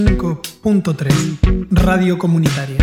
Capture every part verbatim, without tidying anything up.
cinco punto tres Radio Comunitaria.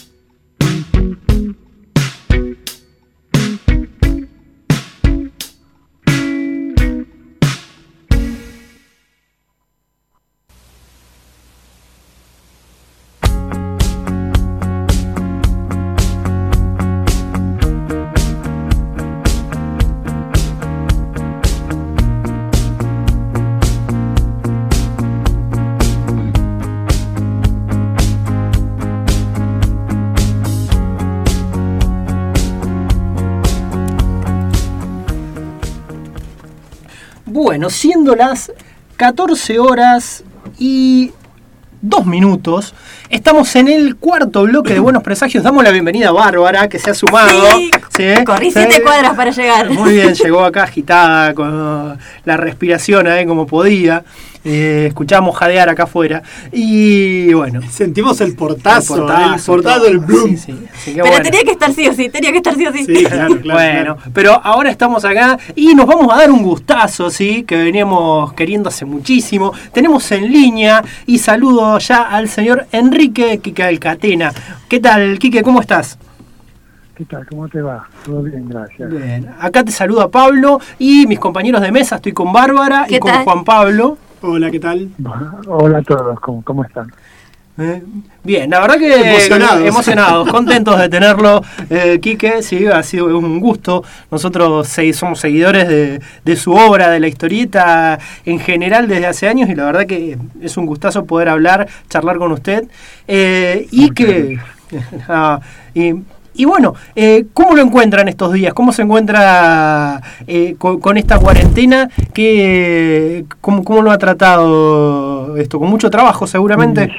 Bueno, siendo las catorce horas y dos minutos, estamos en el cuarto bloque de Buenos Presagios. Damos la bienvenida a Bárbara, que se ha sumado. Sí, ¿Sí? Corrí siete ¿Sí? cuadras para llegar. Muy bien, llegó acá agitada, con la respiración ahí como podía. Eh, escuchamos jadear acá afuera. Y bueno, sentimos el portazo, el portazo, el portazo todo. del Bloom. Sí, sí. Así que pero bueno. tenía que estar sí o sí, tenía que estar sí o sí. Sí, claro, claro. Bueno, claro. pero ahora estamos acá y nos vamos a dar un gustazo, ¿sí? Que veníamos queriendo hace muchísimo. Tenemos en línea y saludo ya al señor Enrique Quique Alcatena. ¿Qué tal, Quique? ¿Cómo estás? ¿Qué tal? ¿Cómo te va? Todo bien, gracias. Bien, acá te saluda Pablo y mis compañeros de mesa. Estoy con Bárbara y con tal? Juan Pablo. Hola, ¿qué tal? Hola a todos, ¿cómo, cómo están? Eh, bien, la verdad que Emocionados. emocionados, contentos de tenerlo, eh, Quique, sí, ha sido un gusto. Nosotros se- somos seguidores de, de su obra, de la historieta en general desde hace años y la verdad que es un gustazo poder hablar, charlar con usted. Eh, y Muchas que... ah, y, Y bueno, eh, ¿cómo lo encuentran estos días? ¿Cómo se encuentra eh, con, con esta cuarentena? ¿Qué, cómo, ¿Cómo lo ha tratado esto? ¿Con mucho trabajo seguramente?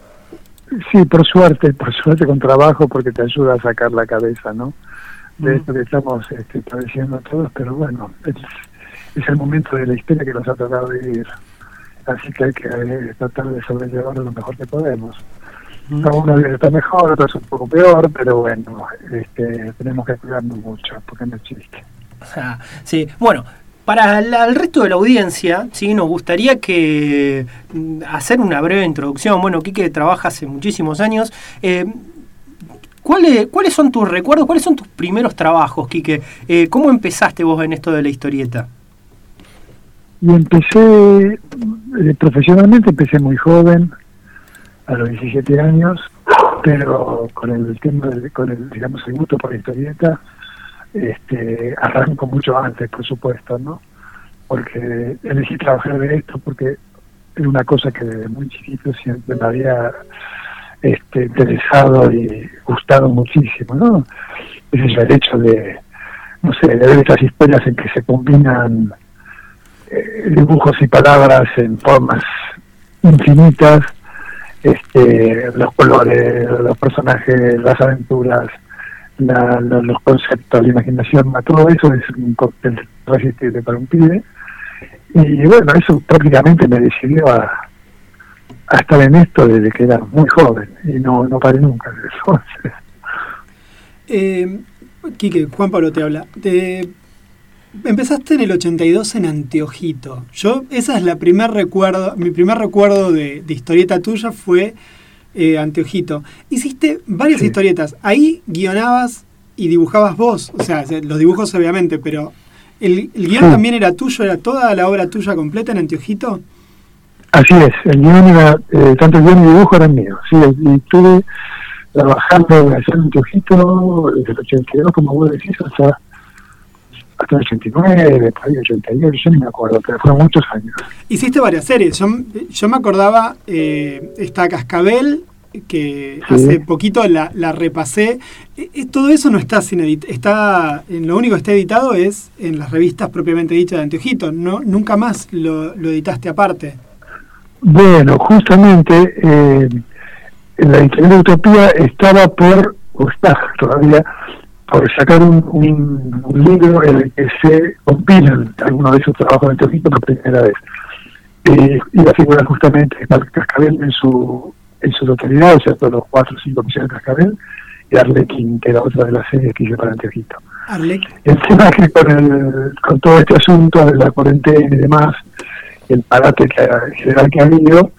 Sí, por suerte, por suerte con trabajo, porque te ayuda a sacar la cabeza, ¿no? De Mm. esto que estamos este, padeciendo todos, pero bueno, es, es el momento de la historia que nos ha tocado vivir. Así que hay que eh, tratar de sobrellevarlo lo mejor que podemos. Mm. Algunos días está mejor, otros un poco peor, pero bueno, este, tenemos que cuidarnos mucho, porque no es chiste. Ah, sí, bueno, para la- el resto de la audiencia, sí, nos gustaría que mm, hacer una breve introducción. Bueno, Quique trabaja hace muchísimos años. Eh, ¿cuáles, ¿Cuáles son tus recuerdos? ¿Cuáles son tus primeros trabajos, Quique? Eh, ¿Cómo empezaste vos en esto de la historieta? Y empecé, eh, profesionalmente empecé muy joven, a los diecisiete años, pero con el tema, del- con el, digamos, el gusto por la historieta, este, arranco mucho antes, por supuesto, ¿no? Porque elegí trabajar de esto porque era una cosa que desde muy chiquito siempre me había este, interesado y gustado muchísimo, ¿no? Ese es el hecho de, no sé, de ver estas historias en que se combinan eh, dibujos y palabras en formas infinitas, este, los colores, los personajes, las aventuras, la, la, los conceptos, la imaginación, todo eso es un cóctel irresistible para un pibe. Y bueno, eso prácticamente me decidió a, a estar en esto desde que era muy joven y no, no paré nunca de eso. Eh, Quique, Juan Pablo te habla. Te... Empezaste en el ochenta y dos en Anteojito. Yo, esa es la primer recuerdo, mi primer recuerdo de, de historieta tuya fue eh, Anteojito. Hiciste varias Sí. historietas. Ahí guionabas y dibujabas vos. O sea, los dibujos obviamente, pero ¿el, el guión Sí. también era tuyo? ¿Era toda la obra tuya completa en Anteojito? Así es, el guión era, eh, tanto el guión y el dibujo eran míos. Sí, y estuve trabajando haciendo un tojito desde el ochenta y dos, como vos decís, hasta, hasta el ochenta y nueve, por ahí ochenta y ocho, yo ni me acuerdo, pero fueron muchos años. Hiciste varias series. Yo, yo me acordaba, eh, esta Cascabel, que Sí. hace poquito la, la repasé. Eh, eh, todo eso no está sin editar. Está, en lo único que está editado es en las revistas propiamente dichas de Anteojito. No, nunca más lo, lo editaste aparte. Bueno, justamente eh, la editorial de Utopía estaba por, o está todavía, por sacar un, un, un libro en el que se compilan algunos de esos trabajos de Anteojito por primera vez. Eh, iba a figurar justamente Cascabel en su en su totalidad, o sea, todos los cuatro o cinco episodios de Cascabel, y Arlequín, que era otra de las series que hice para Anteojito. Arlec. El tema es que con, el, con todo este asunto de la cuarentena y demás, el parate que, general que ha habido,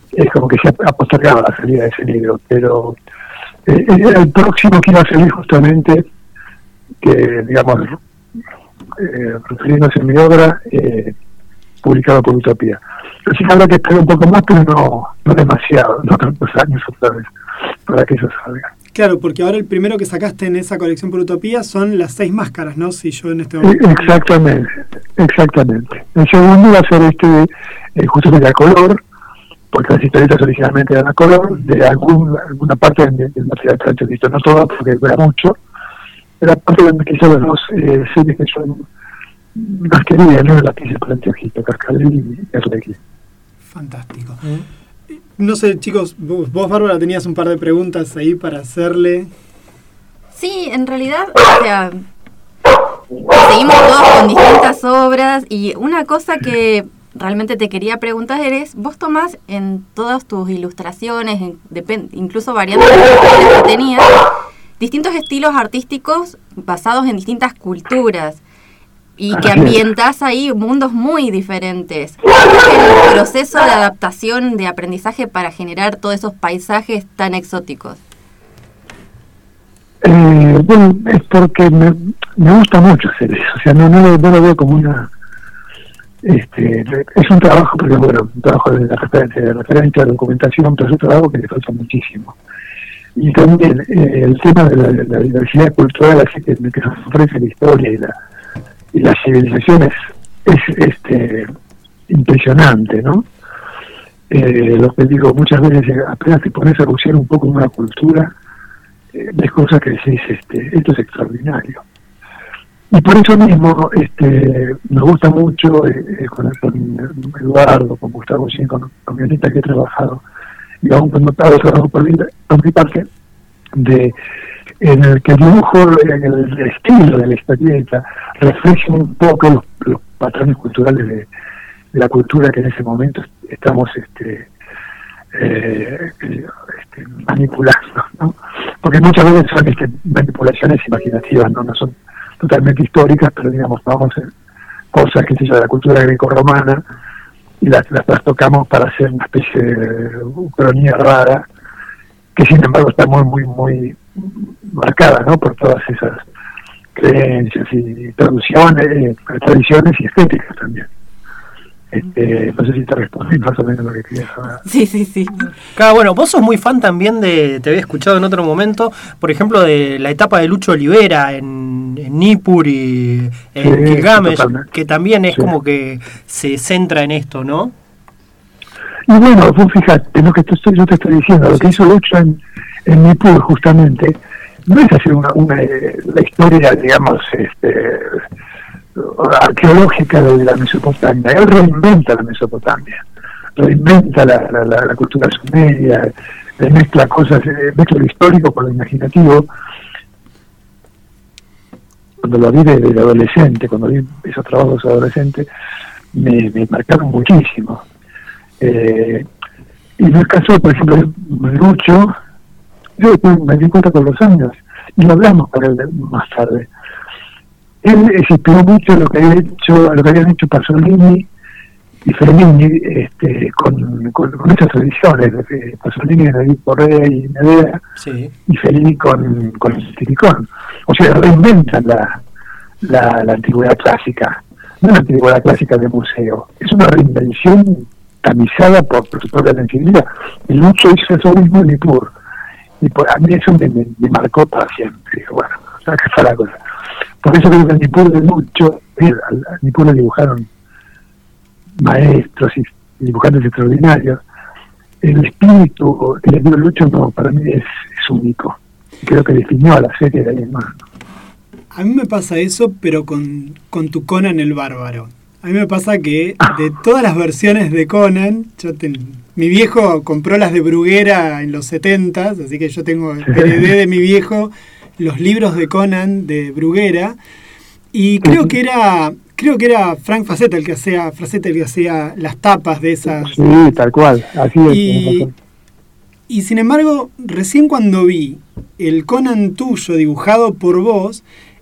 es como que se ha postergado la salida de ese libro, pero eh, el próximo que iba a salir justamente, que digamos, eh, refiriéndose a mi obra, eh, publicado por Utopía. Así que habrá que esperar un poco más, pero no, no demasiado, no tantos años otra vez, para que eso salga. Claro, porque ahora el primero que sacaste en esa colección por Utopía son las seis máscaras, ¿no? Si yo en este momento... Exactamente, exactamente. El segundo va a ser este, eh, justamente a color, porque las historietas originalmente eran a color, de algún, alguna parte del, del material transcrito, no toda, porque era mucho, era parte de quizás las dos eh, series que son más queridas, ¿no? Las que hice por Anteojito, Cascabel y Arlequín. Fantástico. ¿Mm? No sé, chicos, vos, vos, Bárbara, tenías un par de preguntas ahí para hacerle. Sí, en realidad, o sea, seguimos todos con distintas obras, y una cosa que realmente te quería preguntar es, vos tomás en todas tus ilustraciones, en, depend, incluso variando las historias que tenías, distintos estilos artísticos basados en distintas culturas, y que ambientás ahí mundos muy diferentes. ¿Cómo es el proceso de adaptación, de aprendizaje para generar todos esos paisajes tan exóticos? Eh, bueno, es porque me, me gusta mucho hacer eso, o sea, no, no, lo, no lo veo como una... Este, es un trabajo, porque bueno, un trabajo de, referente, de referencia, de documentación, pero es un trabajo que le falta muchísimo. Y también eh, el tema de la, de la diversidad cultural, así que, que nos ofrece la historia y la y las civilizaciones es este impresionante, ¿no? Eh, lo que digo, muchas veces apenas te pones a bucear un poco en una cultura, eh, ves cosas que decís, este, esto es extraordinario. Y por eso mismo este, nos gusta mucho eh, con, con Eduardo, con Gustavo Chin, con, con Violeta, que he trabajado, y aún cuando hago trabajo por mi, por mi parte, de en el que el dibujo, en el estilo de la historieta, refleja un poco los, los patrones culturales de, de la cultura que en ese momento estamos este, eh, este, manipulando, ¿no? Porque muchas veces son este, manipulaciones imaginativas, ¿no? No son totalmente históricas, pero digamos, vamos a hacer cosas, que sé yo, de la cultura greco-romana, y las, las trastocamos para hacer una especie de ucronía rara, que sin embargo está muy, muy, muy marcada, ¿no? Por todas esas creencias y traducciones, eh, tradiciones y estéticas también. Este, no sé si te respondí más o menos lo que querías saber. Sí, sí, sí. Claro, bueno, vos sos muy fan también de, te había escuchado en otro momento, por ejemplo, de la etapa de Lucho Olivera en, en Nippur y en sí, Gilgamesh, que también es sí. como que se centra en esto, ¿no? Y bueno, vos fíjate, lo que te estoy, yo te estoy diciendo, lo que hizo Lucho en, en Nippur justamente, no es hacer una, una la historia, digamos, este, arqueológica de la Mesopotamia. Él reinventa la Mesopotamia, reinventa la, la, la, la cultura sumeria, mezcla cosas, mezcla lo histórico con lo imaginativo. Cuando lo vi de, de adolescente, cuando vi esos trabajos adolescentes, me, me marcaron muchísimo. Eh, y en el caso, por ejemplo, de Lucho, yo me di cuenta con los años, y lo hablamos con él más tarde. Él se inspiró mucho en lo que había hecho, lo que habían hecho Pasolini y Fellini, este, con, con, con esas tradiciones, Pasolini en el Correa y Medea, sí. y Fellini con, con el Silicón. O sea, reinventan la, la, la antigüedad clásica, no la antigüedad clásica de museo, es una reinvención tamizada por, por su propia sensibilidad. Y Lucho hizo eso mismo en Nippur, y por, a mí eso me, me, me marcó para siempre. Bueno, o que fue la cosa. Por eso creo que el Nippur de Lucho, eh, al, al Nippur le dibujaron maestros y dibujantes extraordinarios. El espíritu que le dio Lucho, no, para mí es, es único. Creo que definió a la serie de ahí en más. A mí me pasa eso, pero con, con tu Conan el Bárbaro. A mí me pasa que de todas las versiones de Conan, yo ten, mi viejo compró las de Bruguera en los setentas, así que yo tengo el P D D de mi viejo, los libros de Conan de Bruguera, y creo que era creo que era Frank Frazetta el que hacía Frazetta el que hacía las tapas de esas. Sí, tal cual, así es. Y, y sin embargo, recién cuando vi el Conan tuyo dibujado por vos,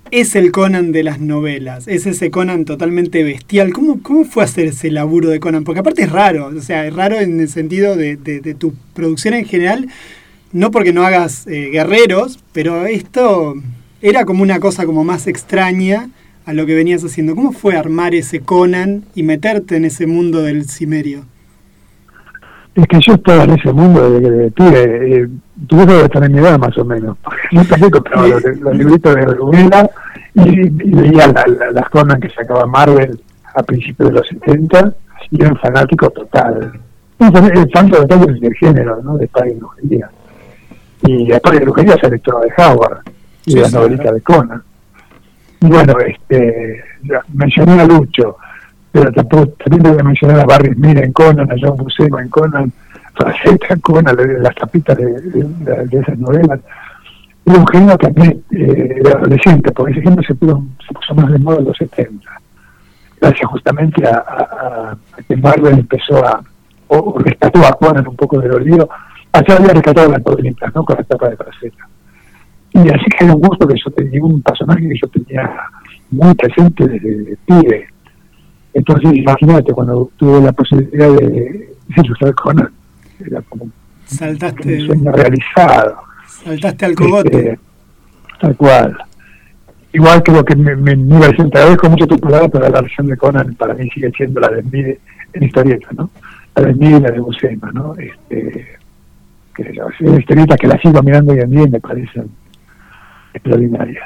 es el Conan de las novelas, es ese Conan totalmente bestial. ¿Cómo, cómo fue hacer ese laburo de Conan? Porque aparte es raro, o sea, es raro en el sentido de, de, de tu producción en general, no porque no hagas eh, guerreros, pero esto era como una cosa como más extraña a lo que venías haciendo. ¿Cómo fue armar ese Conan y meterte en ese mundo del cimerio? Es que yo estaba en ese mundo de, de, de pibe, eh, tuve que estar en mi edad más o menos, porque yo también compraba los, los libritos de Rubela y, y veía la, la, las Conan que sacaba Marvel a principios de los setenta y era un fanático total. Un fanático total del género, ¿no? De Espada y Brujería. Y Espada y Brujería se lectura de Howard y sí, las sí, novelitas de Conan. Y bueno, este, mencioné a Lucho, pero tampoco, también debe mencionar a Barry Smith en Conan, a John Buscema en Conan, Faceta en Conan, las tapitas de, de, de, de esas novelas. Era un género también eh, de adolescente, porque ese género se puso, se puso más de moda en los setenta, gracias justamente a, a, a que Marvel empezó a, o, o rescató a Conan un poco del olvido. Allá había rescatado las novelitas, ¿no? Con la tapa de Faceta. Y así que era un gusto que yo tenía, un personaje que yo tenía muy presente desde pibe. Entonces, imagínate, cuando tuve la posibilidad de ilustrar Conan, era como saltaste, un sueño realizado. Saltaste al cogote. Este, tal cual. Igual creo que me, me, me iba a decir, te agradezco mucho tu palabra, pero la versión de Conan para mí sigue siendo la de Smith en historieta, ¿no? La de Smith y la de Buscema, ¿no? Este, que las historietas que las sigo mirando hoy en día me parecen extraordinarias.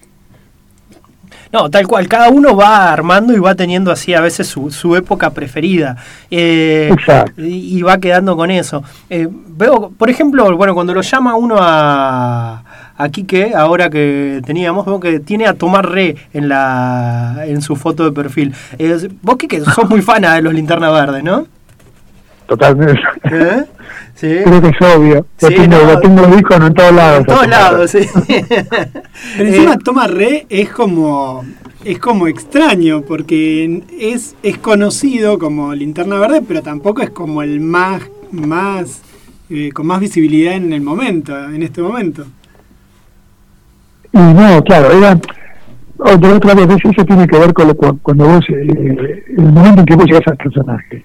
No, tal cual, cada uno va armando y va teniendo así a veces su, su época preferida. Eh, Exacto. Y, y va quedando con eso. Eh, veo, por ejemplo, bueno, cuando lo llama uno a, a Quique, ahora que teníamos, veo que tiene a Tomás Re en la en su foto de perfil. Eh, vos, Quique, sos muy fana de los Linterna Verde, ¿no? Totalmente. ¿Eh? ¿Sí? Creo que es obvio. Lo Sí, tengo, no, lo tengo el icono en todos lados. En todos lados, sí. Pero encima Eh, Tomás Re es como es como extraño, porque es, es conocido como Linterna Verde, pero tampoco es como el más, más eh, con más visibilidad en el momento, en este momento. Y no, claro, era otra, otra vez, eso tiene que ver con lo, cuando vos, eh, el momento en que vos llegas al personaje.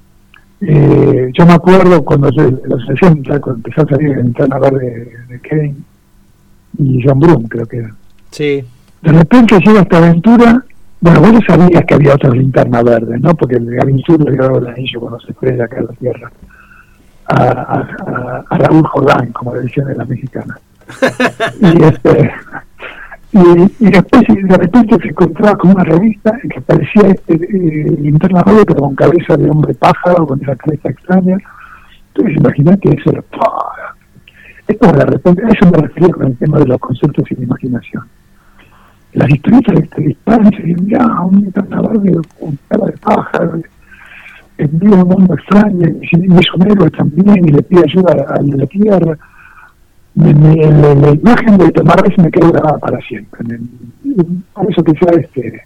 Eh, yo me acuerdo cuando yo, en los sesenta, cuando empezó a salir el Linterna Verde de, de Kane y John Broome, creo que era. Sí. De repente llega esta aventura. Bueno, vos ya sabías que había otras Linternas Verdes, ¿no? Porque el Gavin Sur le dio el anillo cuando se estrella acá en la Tierra a, a, a, a Raúl Jordán, como le decían en la mexicana. y este y, y después de repente se encontraba con una revista en que aparecía este eh, Linterna Verde, pero con cabeza de hombre pájaro, con esa cabeza extraña. Entonces imagínate eso era ¡pah! Esto de repente, a eso me refería con el tema de los conceptos y la imaginación. Las historietas de este disparan y se dicen, ya, un Linterna Verde con cara de pájaro, envía un mundo extraño, y es un héroe también, y le pide ayuda a la Tierra. Me, me, la, la imagen de Tomás Re me quedó grabada para siempre. Me, por eso quizá este,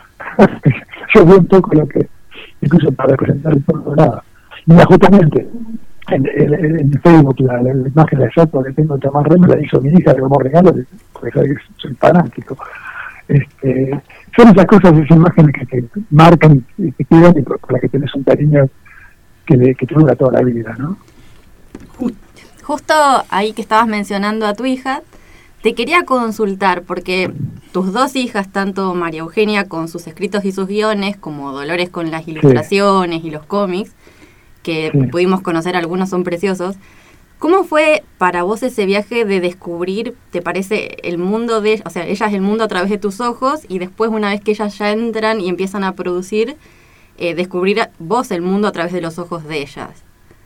yo veo un poco lo que, incluso para representar el pueblo dorado. Mira, justamente, en, en, en Facebook, la, la, la imagen de la estatua que tengo de Tomás Re me la hizo mi hija como regalo, porque sabe que soy fanático. Este, son esas cosas, esas imágenes que te marcan y te quedan y por, por las que tienes un cariño que, le, que te dura toda la vida, ¿no? Justo ahí que estabas mencionando a tu hija, te quería consultar, porque tus dos hijas, tanto María Eugenia con sus escritos y sus guiones, como Dolores con las ilustraciones sí. y los cómics, que sí. pudimos conocer, algunos son preciosos. ¿Cómo fue para vos ese viaje de descubrir, te parece, el mundo de, o sea, ellas el mundo a través de tus ojos, y después una vez que ellas ya entran y empiezan a producir, eh, descubrir vos el mundo a través de los ojos de ellas?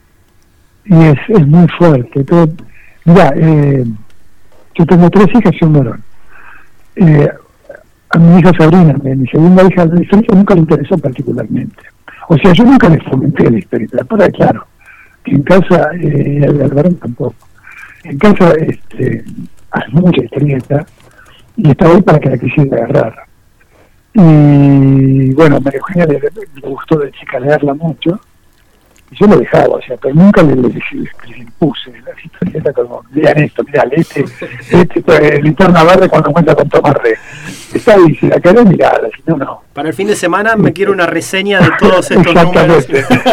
Y es, es muy fuerte. Todo, mira, eh, yo tengo tres hijas y un varón. Eh, a mi hija Sabrina, mi segunda hija, la historieta nunca le interesó particularmente. O sea, yo nunca le fomenté la historieta, para claro. En casa, eh, al varón tampoco. En casa este, hay mucha historieta y estaba ahí para que la quisiera agarrar. Y bueno, a María Eugenia le, le gustó de chica leerla mucho. yo lo dejaba, o sea, pero nunca les, les, les impuse las historietas como, lean esto, mirá, este, este, este Linterna Verde cuando cuenta con Tomás Rey. Está ahí, si la querés, mirala, si no, no. Para el fin de semana me quiero una reseña de todos estos números.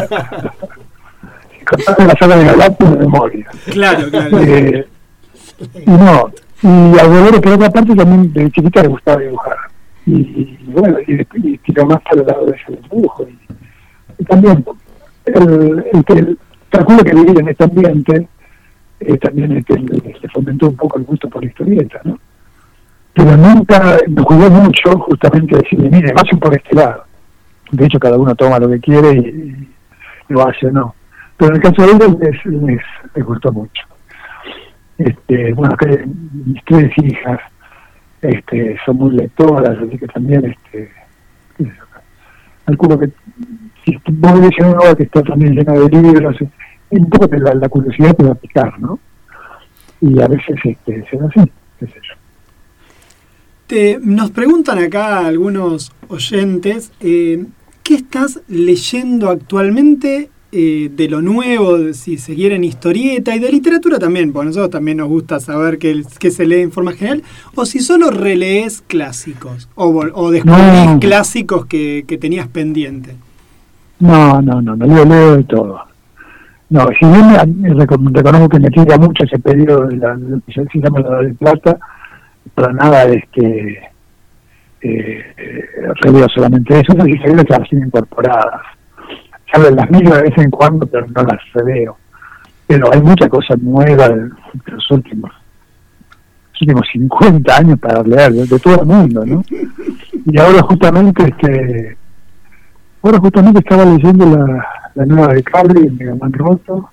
Contaste la saga de Galactus de memoria. Claro, claro. Eh, y no, y a Dolores, por otra parte, también de chiquita le gustaba dibujar. Y, y bueno, y, y tiró más para el lado de ese dibujo. Y, y también, el, el, el, calculo que vivir en este ambiente eh, también este, le, le fomentó un poco el gusto por la historieta, ¿no? Pero nunca me cuidó mucho justamente decirle, mire, vayan por este lado. De hecho, cada uno toma lo que quiere y, y lo hace o no. Pero en el caso de ellos les, les, les gustó mucho. Este, bueno, que mis tres hijas este, son muy lectoras, así que también este, calculo que si vos ves en una obra que está también llena de libros, un poco de la, la curiosidad te va a picar, ¿no? Y a veces este, se da así, qué sé yo. Te, nos preguntan acá algunos oyentes, eh, ¿qué estás leyendo actualmente eh, de lo nuevo, de, si se quieren historieta y de literatura también? Porque a nosotros también nos gusta saber qué, qué se lee en forma general, o si solo relees clásicos, o, o descubrís no. clásicos que, que tenías pendiente. No, no, no, no leo, leo de todo. No, si bien me, reconozco que me tira mucho ese periodo de la, de, se llama la de plata, para nada es que eh, eh, releo solamente eso, no, y se ve que las tienen incorporadas. Salvo las mismas de vez en cuando, pero no las releo. Pero hay mucha cosa nueva de, de los últimos los últimos cincuenta años para leer, de, de todo el mundo, ¿no? Y ahora justamente este ahora justamente estaba leyendo la, la nueva de Carly, el Mega Man Roto,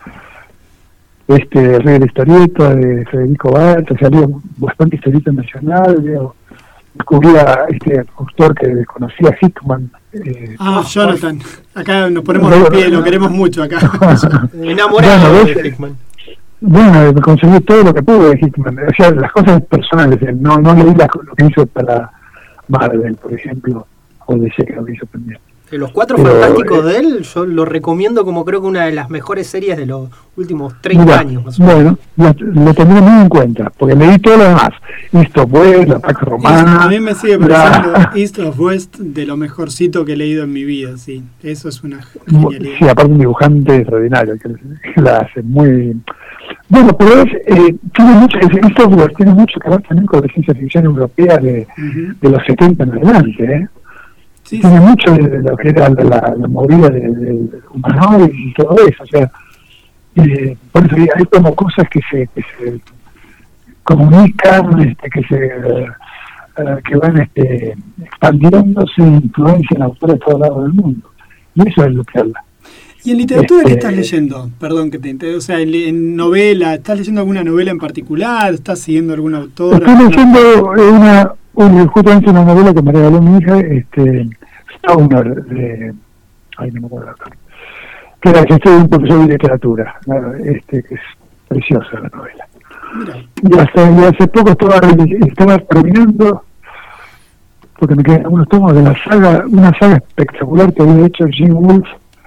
este Rey de la Historieta de Federico Barta, salió bastante historieta nacional, digo, descubrí a este autor que desconocía, Hickman. Eh, ah, Jonathan, acá nos ponemos de pie, lo queremos mucho acá. Enamorado bueno, de Hickman. Bueno, me conseguí todo lo que pude de Hickman, o sea, las cosas personales, no, no leí la, lo que hizo para Marvel, por ejemplo, o de que lo hizo también. Los Cuatro Pero, Fantásticos eh, de él, yo lo recomiendo como creo que una de las mejores series de los últimos treinta mira, años. Más o menos. Bueno, lo, lo tendré muy en cuenta, porque leí todo lo demás. East of West, la Pax Romana. A mí me sigue pareciendo la... East of West de lo mejorcito que he leído en mi vida, sí. Eso es una genialidad. Sí, aparte un dibujante extraordinario, que la hace muy... Bueno, pero es, eh, tiene mucho, East of West tiene mucho que ver también con la ciencia ficción europea de, uh-huh. de los setenta en adelante, ¿eh? Sí, tiene sí. mucho de, de lo que era la, la, la movida del de, de humanoide y todo eso, o sea, eh, por eso hay, hay como cosas que se, que se comunican, este, que se uh, que van este, expandiéndose, influencian a autores de todos lados del mundo, y eso es lo que habla. ¿Y en literatura este, qué estás leyendo? Perdón que te interrumpa. O sea, en, en novela, ¿estás leyendo alguna novela en particular? ¿Estás siguiendo alguna autora? Estoy leyendo una, una justamente una novela que me regaló mi hija, este, Stoner, de... Ay, no me acuerdo. Que era que estoy un profesor de literatura, ¿no? Este, que es preciosa la novela. Mira. Y hasta y hace poco estaba, estaba terminando, porque me quedan algunos tomos de la saga, una saga espectacular que había hecho Jim Wolfe,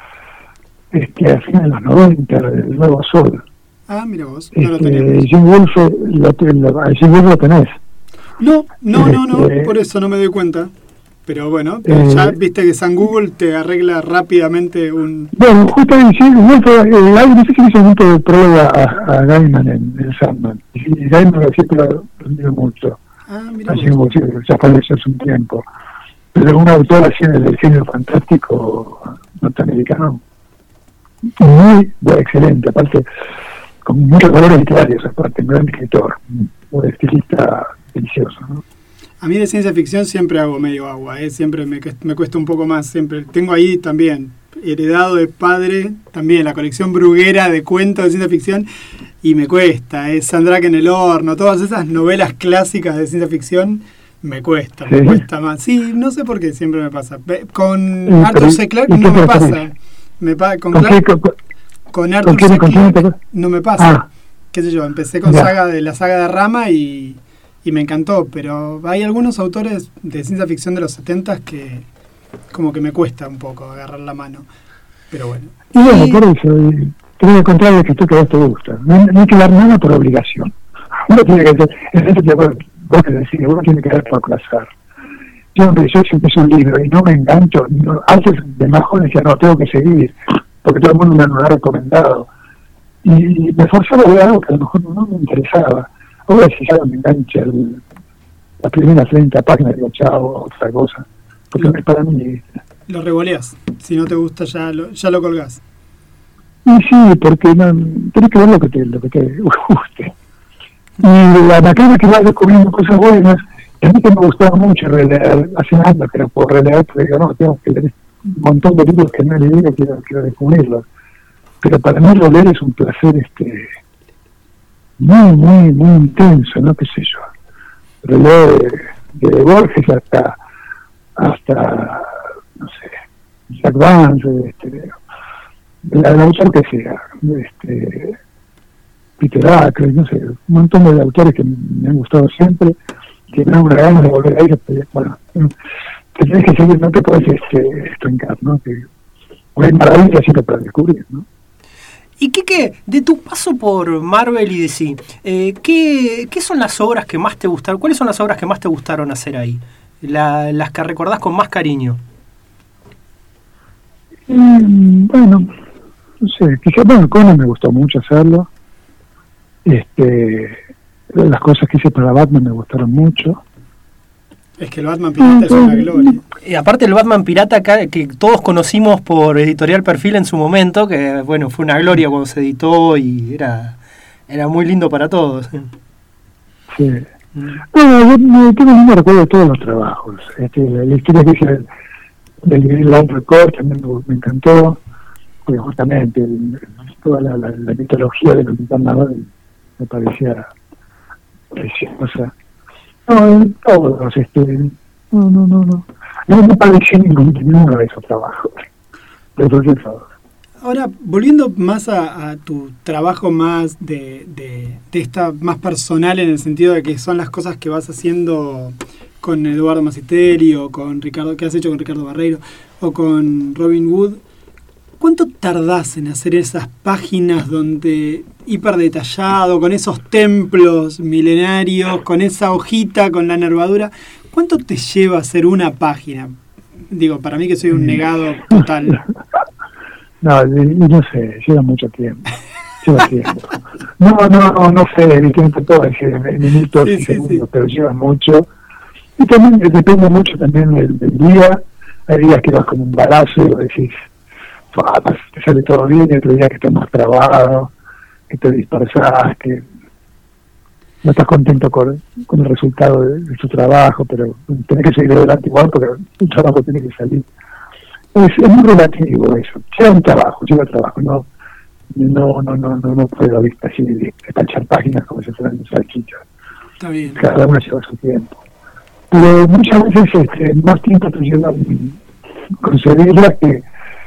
este, a fines de los noventa, el Nuevo Sol. Ah, mira vos, no lo este, tenemos. Jim Wolfe, lo, lo, Jim Wolfe lo tenés. No, no, no, no, este, por eso no me doy cuenta. Pero bueno, eh, ya viste que San Google te arregla rápidamente un... Bueno, justo ahí, sí, Wolfe, eh, hay veces que hizo mucho de prueba a, a Gaiman en, en Sandman. Y Gaiman siempre lo admiro mucho. Ah, mira así como si ya falleció hace un tiempo. Pero un autor así en el género fantástico norteamericano muy bueno, excelente, aparte con muchos valores literarios, aparte un gran escritor, un estilista delicioso, ¿no? A mí de ciencia ficción siempre hago medio agua, ¿eh? Siempre me, me cuesta un poco más, siempre tengo ahí también heredado de padre también la colección bruguera de cuentos de ciencia ficción y me cuesta, es ¿eh? Sandrake en el horno, todas esas novelas clásicas de ciencia ficción me cuesta, ¿sí? me cuesta más. Sí, no sé por qué siempre me pasa. Con ¿Y, Arthur C. Clarke no me pasa. Me pa con, ¿Con, Clarke, qué, con, con Arthur ¿con C. Con Clarke no me pasa. Ah. Qué sé yo, empecé con saga de la saga de Rama y, y me encantó, pero hay algunos autores de ciencia ficción de los setenta que como que me cuesta un poco agarrar la mano. pero bueno. Y bueno, por eso, y creo que contrario es que tú que a vos te gusta. No, no hay que dar nada por obligación. Uno tiene que hacer, en eso te vos que decís, uno tiene que dar por placer. Yo, yo si empiezo un libro y no me engancho, no, antes de más joven decía, no, tengo que seguir, porque todo el mundo me lo ha recomendado. Y me forzaba a ver algo que a lo mejor no me interesaba. Ahora si ya me engancha el, las primeras treinta páginas, digo, chao, otra cosa. Porque no es para mí. Lo revoleas. Si no te gusta, ya lo, ya lo colgás. Y sí, porque no, tenés que ver lo que te, lo que te guste. Y la macana que vas descubriendo cosas buenas, a mí que me gustaba mucho releer, hace años que no puedo releer, porque digo, no, tengo que leer un montón de libros que no he leído, quiero, quiero descubrirlos. Pero para mí leer es un placer este muy, muy, muy intenso, ¿no? ¿Qué sé yo? Releer de, de Borges hasta, hasta, no sé, Jack Vance, este, el autor que sea, este, Peter Drucker, no sé, un montón de autores que me han gustado siempre, que me dan una ganas de volver a ir, pero, bueno, te tenés que seguir, no te puedes este, estancar, ¿no? Que hay maravillas siempre para descubrir, ¿no? Y Quique, de tu paso por Marvel y D C, eh, ¿qué, ¿qué son las obras que más te gustaron? ¿Cuáles son las obras que más te gustaron hacer ahí? La, las que recordás con más cariño. Mm, bueno, no sé, quizás, bueno, Conan me gustó mucho hacerlo. Este, las cosas que hice para Batman me gustaron mucho. Es que el Batman Pirata es una gloria. Y aparte el Batman Pirata acá, que todos conocimos por Editorial Perfil en su momento, que bueno, fue una gloria cuando se editó y era era muy lindo para todos. Sí. Mm. Bueno, yo me tengo un lindo recuerdo de todos los trabajos. Este, la, la historia que hice del, del Green Line Record también me, me encantó, porque justamente el, toda la, la, la mitología de los Linterna me parecía preciosa. No, todos, este, no, no, no, no, no me pareció ningún, ninguno de esos trabajos, de todos. Ahora, volviendo más a, a tu trabajo más de, de, de esta, más personal en el sentido de que son las cosas que vas haciendo con Eduardo Massiteri o con Ricardo, que has hecho con Ricardo Barreiro o con Robin Wood, ¿cuánto tardás en hacer esas páginas donde hiper detallado, con esos templos milenarios, con esa hojita, con la nervadura? ¿Cuánto te lleva hacer una página? Digo, para mí que soy un negado total. No, no sé, lleva mucho tiempo. Lleva tiempo. No, no, no, no sé, evidentemente puedo decir en minutos y sí, segundos, sí, sí. Pero lleva mucho. Y también depende mucho también del, del día. Hay días que vas como un balazo y decís, te sale todo bien, y otro día que estás más trabado, que te dispersas, que no estás contento con, con el resultado de, de tu trabajo, pero tenés que seguir adelante igual porque tu trabajo tiene que salir. Es, es muy relativo eso. Lleva un trabajo, lleva trabajo, no no no no no, no puedo vista así de despachar páginas como si fueran salchichas. Está bien. Cada una lleva su tiempo. Pero muchas veces este, más tiempo te lleva conseguirla que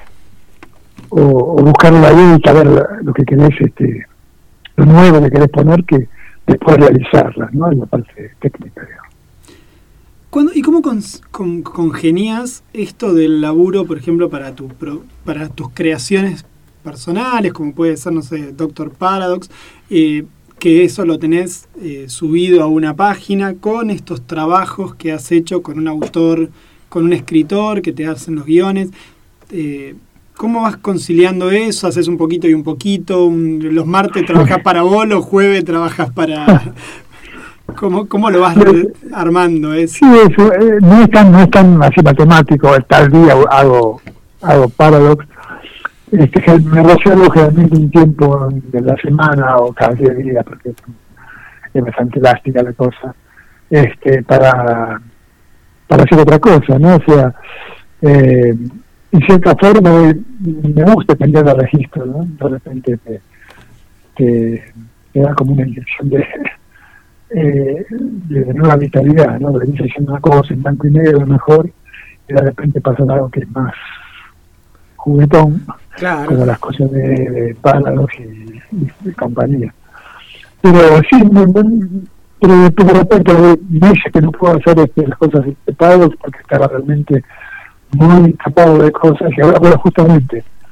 o, o buscar la edita, ver la, lo que querés, este, lo nuevo que querés poner, que después realizarla, ¿no? En la parte técnica, digamos. ¿Cuándo, ¿Y cómo con, con, congenias esto del laburo, por ejemplo, para tu pro, para tus creaciones personales, como puede ser, no sé, Doctor Paradox, eh, que eso lo tenés eh, subido a una página, con estos trabajos que has hecho con un autor, con un escritor que te hacen los guiones? Eh, ¿Cómo vas conciliando eso? ¿Haces un poquito y un poquito? Un, ¿Los martes trabajás para vos, los jueves trabajás para...? ¿Cómo, cómo lo vas armando eso? Sí, eso, eh, no, es tan, no es tan así matemático, tal día hago, hago Paradox. Este, me reservo generalmente un tiempo de la semana o cada diez días, porque es bastante elástica la cosa, este, para, para hacer otra cosa, ¿no? O sea, eh, en cierta forma me gusta cambiar de registro, ¿no? De repente te, te, te da como una inyección de, eh, de nueva vitalidad, ¿no? Venís haciendo una cosa en blanco y negro mejor y de repente pasa algo que es más juguetón, claro, como las cosas de, de Paradox y, y de compañía. Pero sí, me, me, pero de repente me dice que no puedo hacer este, las cosas de Paradox porque estaba realmente muy tapado de cosas, y ahora, bueno, justamente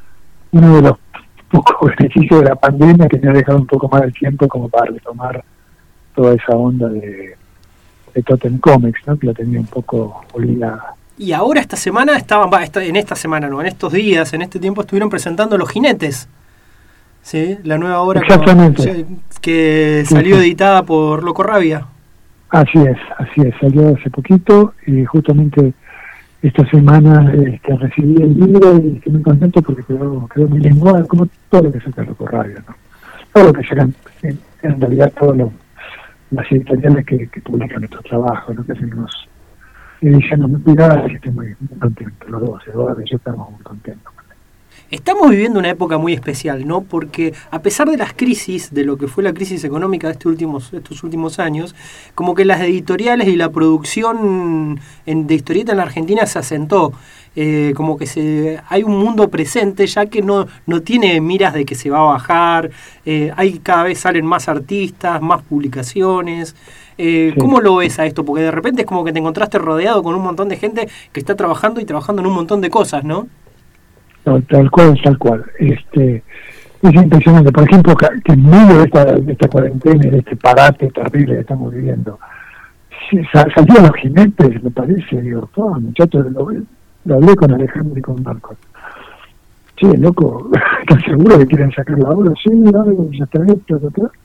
uno de los pocos beneficios de la pandemia que me ha dejado un poco más del tiempo como para retomar toda esa onda de, de Totem Comics, ¿no? Que la tenía un poco olvidada. Y ahora esta semana estaban, va, esta, en esta semana no, en estos días, en este tiempo estuvieron presentando Los Jinetes, ¿sí? La nueva obra Exactamente. que, que salió sí, sí. editada por Loco Rabia. Así es, así es, salió hace poquito y justamente esta semana este, recibí el libro y estoy muy contento porque quedó, quedó muy lenguado, como todo lo que saca Loco Rabia, ¿no? Todo lo que sacan, en, en realidad todas las editoriales que, que publican nuestro trabajo, ¿no? Que hacen unos ediciones muy cuidadas y estoy muy, muy contento, los dos, Eduardo y yo estamos muy contentos. Estamos viviendo una época muy especial, ¿no? Porque a pesar de las crisis, de lo que fue la crisis económica de estos últimos, estos últimos años, como que las editoriales y la producción en, de historieta en la Argentina se asentó. Eh, como que se hay un mundo presente ya que no, no tiene miras de que se va a bajar, eh, hay cada vez salen más artistas, más publicaciones. Eh, sí. ¿Cómo lo ves a esto? Porque de repente es como que te encontraste rodeado con un montón de gente que está trabajando y trabajando en un montón de cosas, ¿no? No, tal cual, tal cual. Este, es impresionante. Por ejemplo, que, que en medio de esta, de esta cuarentena y de este parate terrible que estamos viviendo, si, salían Los Jinetes, me parece, digo, oh, muchachos, lo, lo hablé con Alejandro y con Marcos. Sí, loco, ¿estás seguro que quieren sacar la obra? Sí, algo, ya está esto, ya está.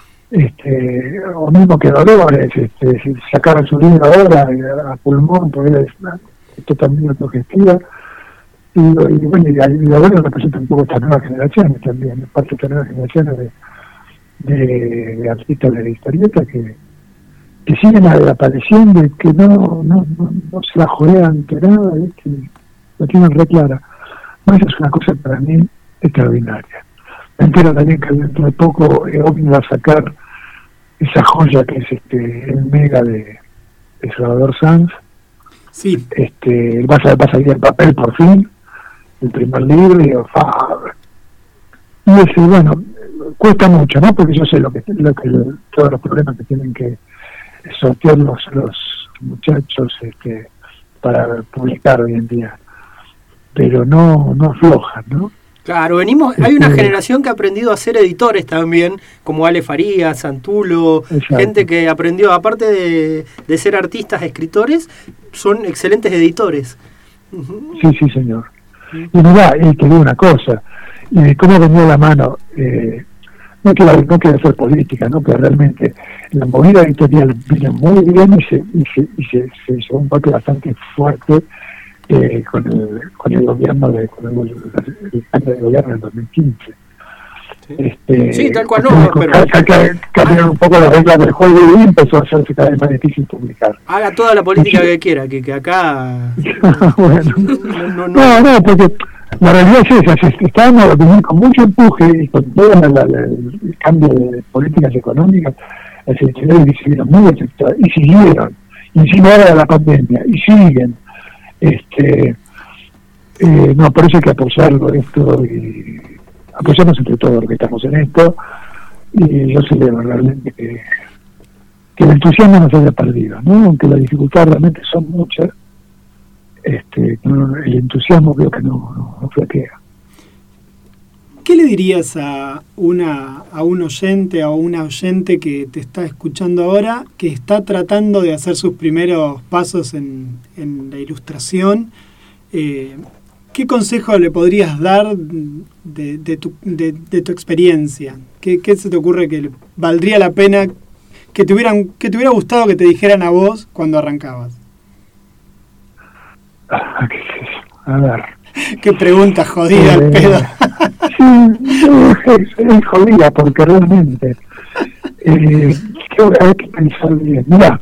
Este, o mismo que Dolores, este, si sacaran su libro ahora a pulmón, porque esto también autogestiva. Y, y bueno, y Dolores representa un poco estas nuevas generaciones también, parte de estas nuevas generaciones de, de, de artistas de la historieta que, que siguen apareciendo y que no, no, no, no se la jodean ante nada, y que lo tienen re clara. No, esa es una cosa para mí extraordinaria. Me entero también que dentro de poco eh, Omni va a sacar esa joya que es este el Mega de, de Salvador Sanz. Sí. Este, va a, va a salir en papel por fin, el primer libro, y, y ese, bueno, cuesta mucho, ¿no? Porque yo sé lo que, lo que todos los problemas que tienen que sortear los, los muchachos este, para publicar hoy en día, pero no, no aflojan, ¿no? Claro, venimos, hay una generación que ha aprendido a ser editores también, como Ale Farías, Santulo, exacto. Gente que aprendió, aparte de, de ser artistas, escritores, son excelentes editores. Sí, sí, señor. Y mirá, y te digo una cosa, y de cómo venía la mano, eh, no quiero no quiero hacer política, ¿no? Pero realmente la movida editorial viene muy bien y se, y se, y se, se hizo un papel bastante fuerte eh, con el con el gobierno de con el, el cambio de gobierno del dos mil quince. Sí, este, sí tal cual no, pero cambiaron un poco las reglas del juego y empezó a hacerse cada vez más difícil publicar. Haga toda la política que quiera, que, que acá bueno, no, no, no. no, no, porque la realidad es esa, estábamos con mucho empuje y con todo la, la, la, el cambio de políticas económicas, las editoriales se vieron muy afectadas y siguieron, y encima ahora de la pandemia, y siguen. Este, eh, no, por eso hay que apoyarlo esto y apoyarnos entre todos los que estamos en esto, y yo celebro realmente que, que el entusiasmo no se haya perdido, ¿no? Aunque las dificultades realmente son muchas, este, no, el entusiasmo creo que no, no, no flaquea. ¿Qué le dirías a una a un oyente, a una oyente que te está escuchando ahora, que está tratando de hacer sus primeros pasos en, en la ilustración? Eh, ¿Qué consejo le podrías dar de, de, tu, de, de tu experiencia? ¿Qué, ¿Qué se te ocurre que valdría la pena que te, hubieran, que te hubiera gustado que te dijeran a vos cuando arrancabas? Ah, ¿qué es eso? A ver. Qué pregunta jodida el eh, pedo. Sí, es, es jodida porque realmente eh, hay que pensar bien. Mira,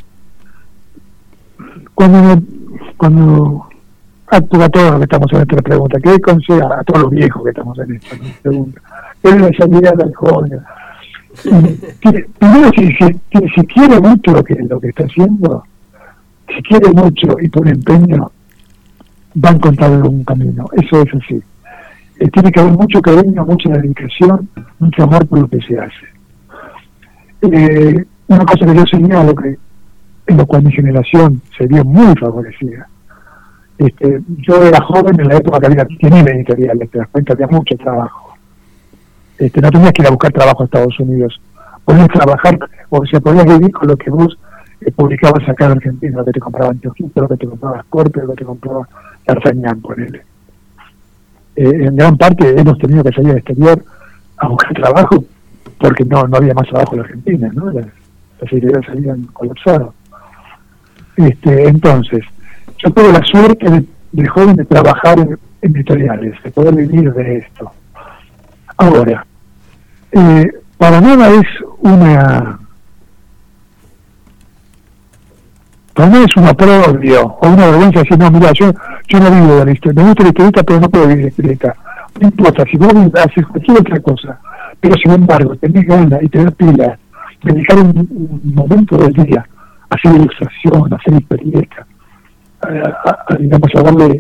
cuando, cuando a, a todos los que estamos en esta pregunta, ¿qué consejo a todos los viejos que estamos en esta pregunta? ¿Qué es la salida al joven? Primero, si, si, si quiere mucho lo que, lo que está haciendo, si quiere mucho y pone empeño, va a encontrar algún camino. Eso es así. Eh, tiene que haber mucho cariño, mucha dedicación, mucho amor por lo que se hace. Eh, una cosa que yo señalo, que en lo cual mi generación se vio muy favorecida, Este, yo era joven en la época que había quiniela editoriales, te das cuenta, había mucho trabajo. Este, no tenías que ir a buscar trabajo a Estados Unidos, podías trabajar, o sea, podías vivir con lo que vos eh, publicabas acá en Argentina, lo que te compraba Antioquito, lo que te compraba Scorpio, lo que te compraba D'Artagnan, ponele. Eh, en gran parte hemos tenido que salir al exterior a buscar trabajo porque no no había más trabajo en la Argentina, ¿no? Las, las editoriales habían colapsado. Este, entonces, yo tuve la suerte de, de joven de trabajar en, en editoriales, de poder vivir de esto. Ahora, eh, para nada es una para nada es un oprobio o una vergüenza decir, no, mira, yo yo no vivo de la historieta, me gusta la historieta, pero no puedo vivir de la historieta. No importa, si vos haces cualquier otra cosa, pero sin embargo tenés ganas y tenés pilas, dedicar un, un momento del día a hacer ilustración, a hacer historieta, a, a, a, digamos, a darle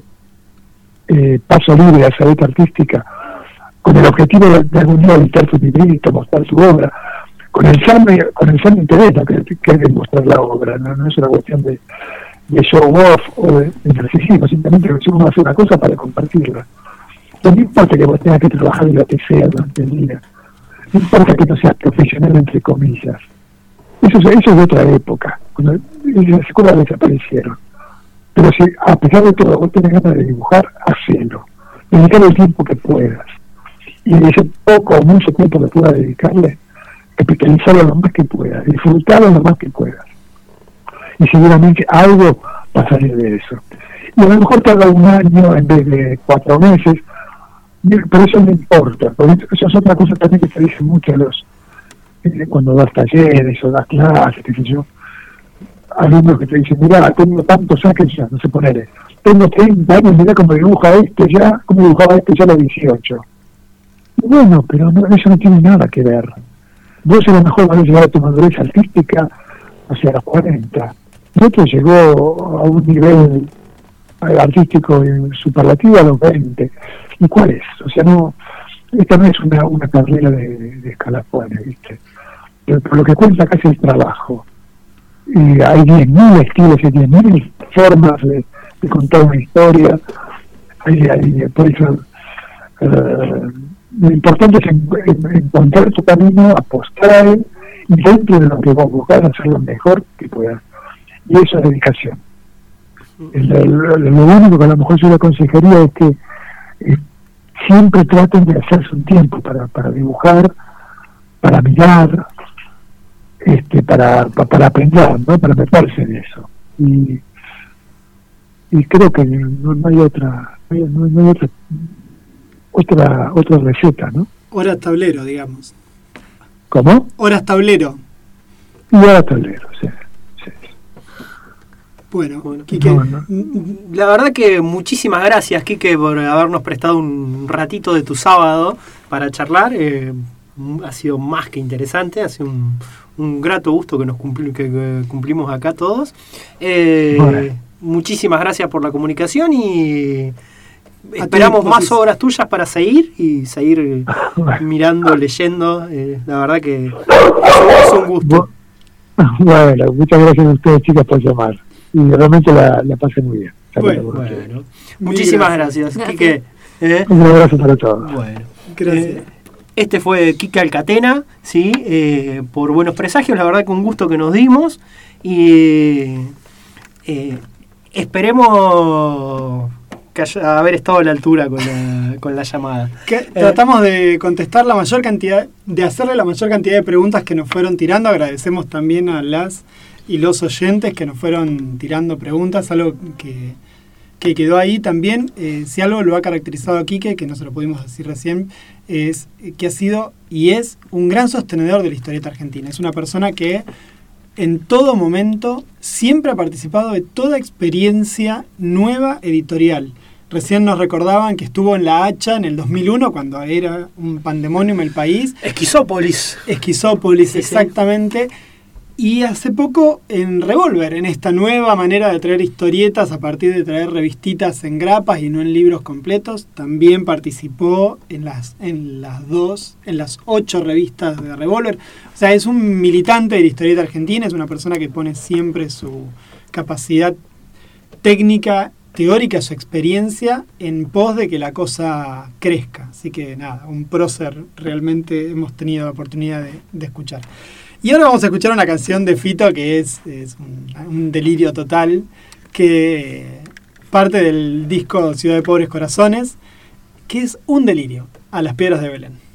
eh, paso libre a esa beta artística, con el objetivo de, de algún día editar su librito, mostrar su obra, con el sano, con el sano interés, ¿no? que, que hay que mostrar la obra, no, no es una cuestión de, de show off o de, de narcisismo, simplemente que uno hace una cosa para compartirla. No importa que vos tengas que trabajar en lo que sea durante el día, no importa que no seas profesional entre comillas, eso, eso es de otra época, cuando las escuelas desaparecieron. Pero si a pesar de todo vos tenés ganas de dibujar, hacelo, dedicar el tiempo que puedas, y ese poco o mucho tiempo que puedas dedicarle, capitalizarlo lo más que puedas, disfrutarlo lo más que puedas, y seguramente algo va a salir de eso. Y a lo mejor tarda un año en vez de cuatro meses, pero eso no importa, porque eso es otra cosa también que se dice mucho a los eh, cuando das talleres o das clases, qué sé yo, alumnos que te dicen, mira, tengo tantos años ya, no sé ponerle, tengo treinta años, mira cómo dibuja este ya, cómo dibujaba este ya a los dieciocho. Bueno, pero no, eso no tiene nada que ver. Vos a lo mejor vas a llegar a tu madurez artística hacia los cuarenta. Y otro llegó a un nivel artístico superlativo a los veinte. ¿Y cuál es? O sea, no, esta no es una, una carrera de, de escalafones, ¿viste? Pero por lo que cuenta acá es el trabajo. Y hay diez mil estilos y diez mil formas de, de contar una historia. Hay, hay, por eso, uh, lo importante es en, en, encontrar tu camino, apostar a él, y dentro de lo que vos buscás, hacer lo mejor que puedas. Y eso es dedicación. Lo, lo, lo único que a lo mejor yo le aconsejaría es que eh, siempre traten de hacerse un tiempo para, para dibujar, para mirar, este, para, para, para aprender, ¿no? Para meterse en eso. Y, y creo que no, no hay otra, no hay, no hay otra, otra, otra receta, ¿no? Horas tablero, digamos. ¿Cómo? Horas tablero. Y horas tablero, sí. Bueno, bueno Quique, no, no. La verdad que muchísimas gracias, Quique, por habernos prestado un ratito de tu sábado para charlar. Eh, ha sido más que interesante, ha sido un, un grato gusto que nos cumpli, que, que cumplimos acá todos. Eh, bueno. Muchísimas gracias por la comunicación y esperamos más obras tuyas para seguir y seguir bueno. mirando, leyendo. Eh, la verdad que es un gusto. Bueno, muchas gracias a ustedes, chicas, por llamar. Y realmente la, la pasé muy bien. Bueno, bueno. Muchísimas gracias, gracias. Quique. ¿Eh? Un abrazo para todos. Bueno, gracias. Eh, este fue Quique Alcatena, ¿sí? Eh, por Buenos Presagios, la verdad que un gusto que nos dimos. Y eh, esperemos que haya, haber estado a la altura con la, con la llamada. Que eh, tratamos de contestar la mayor cantidad, de hacerle la mayor cantidad de preguntas que nos fueron tirando. Agradecemos también a las y los oyentes que nos fueron tirando preguntas, algo que, que quedó ahí también. Eh, si algo lo ha caracterizado a Quique, que no se lo pudimos decir recién, es que ha sido y es un gran sostenedor de la historieta argentina. Es una persona que en todo momento siempre ha participado de toda experiencia nueva editorial. Recién nos recordaban que estuvo en La Hacha en el dos mil uno, cuando era un pandemonium el país. Esquizópolis. Esquizópolis, sí, exactamente. Sí. Y hace poco en Revolver, en esta nueva manera de traer historietas a partir de traer revistitas en grapas y no en libros completos, también participó en las, en las dos, en las ocho revistas de Revolver. O sea, es un militante de la historieta argentina, es una persona que pone siempre su capacidad técnica teórica, su experiencia en pos de que la cosa crezca. Así que nada, un prócer realmente hemos tenido la oportunidad de, de escuchar. Y ahora vamos a escuchar una canción de Fito que es, es un, un delirio total, que parte del disco Ciudad de Pobres Corazones, que es un delirio, A las Piedras de Belén.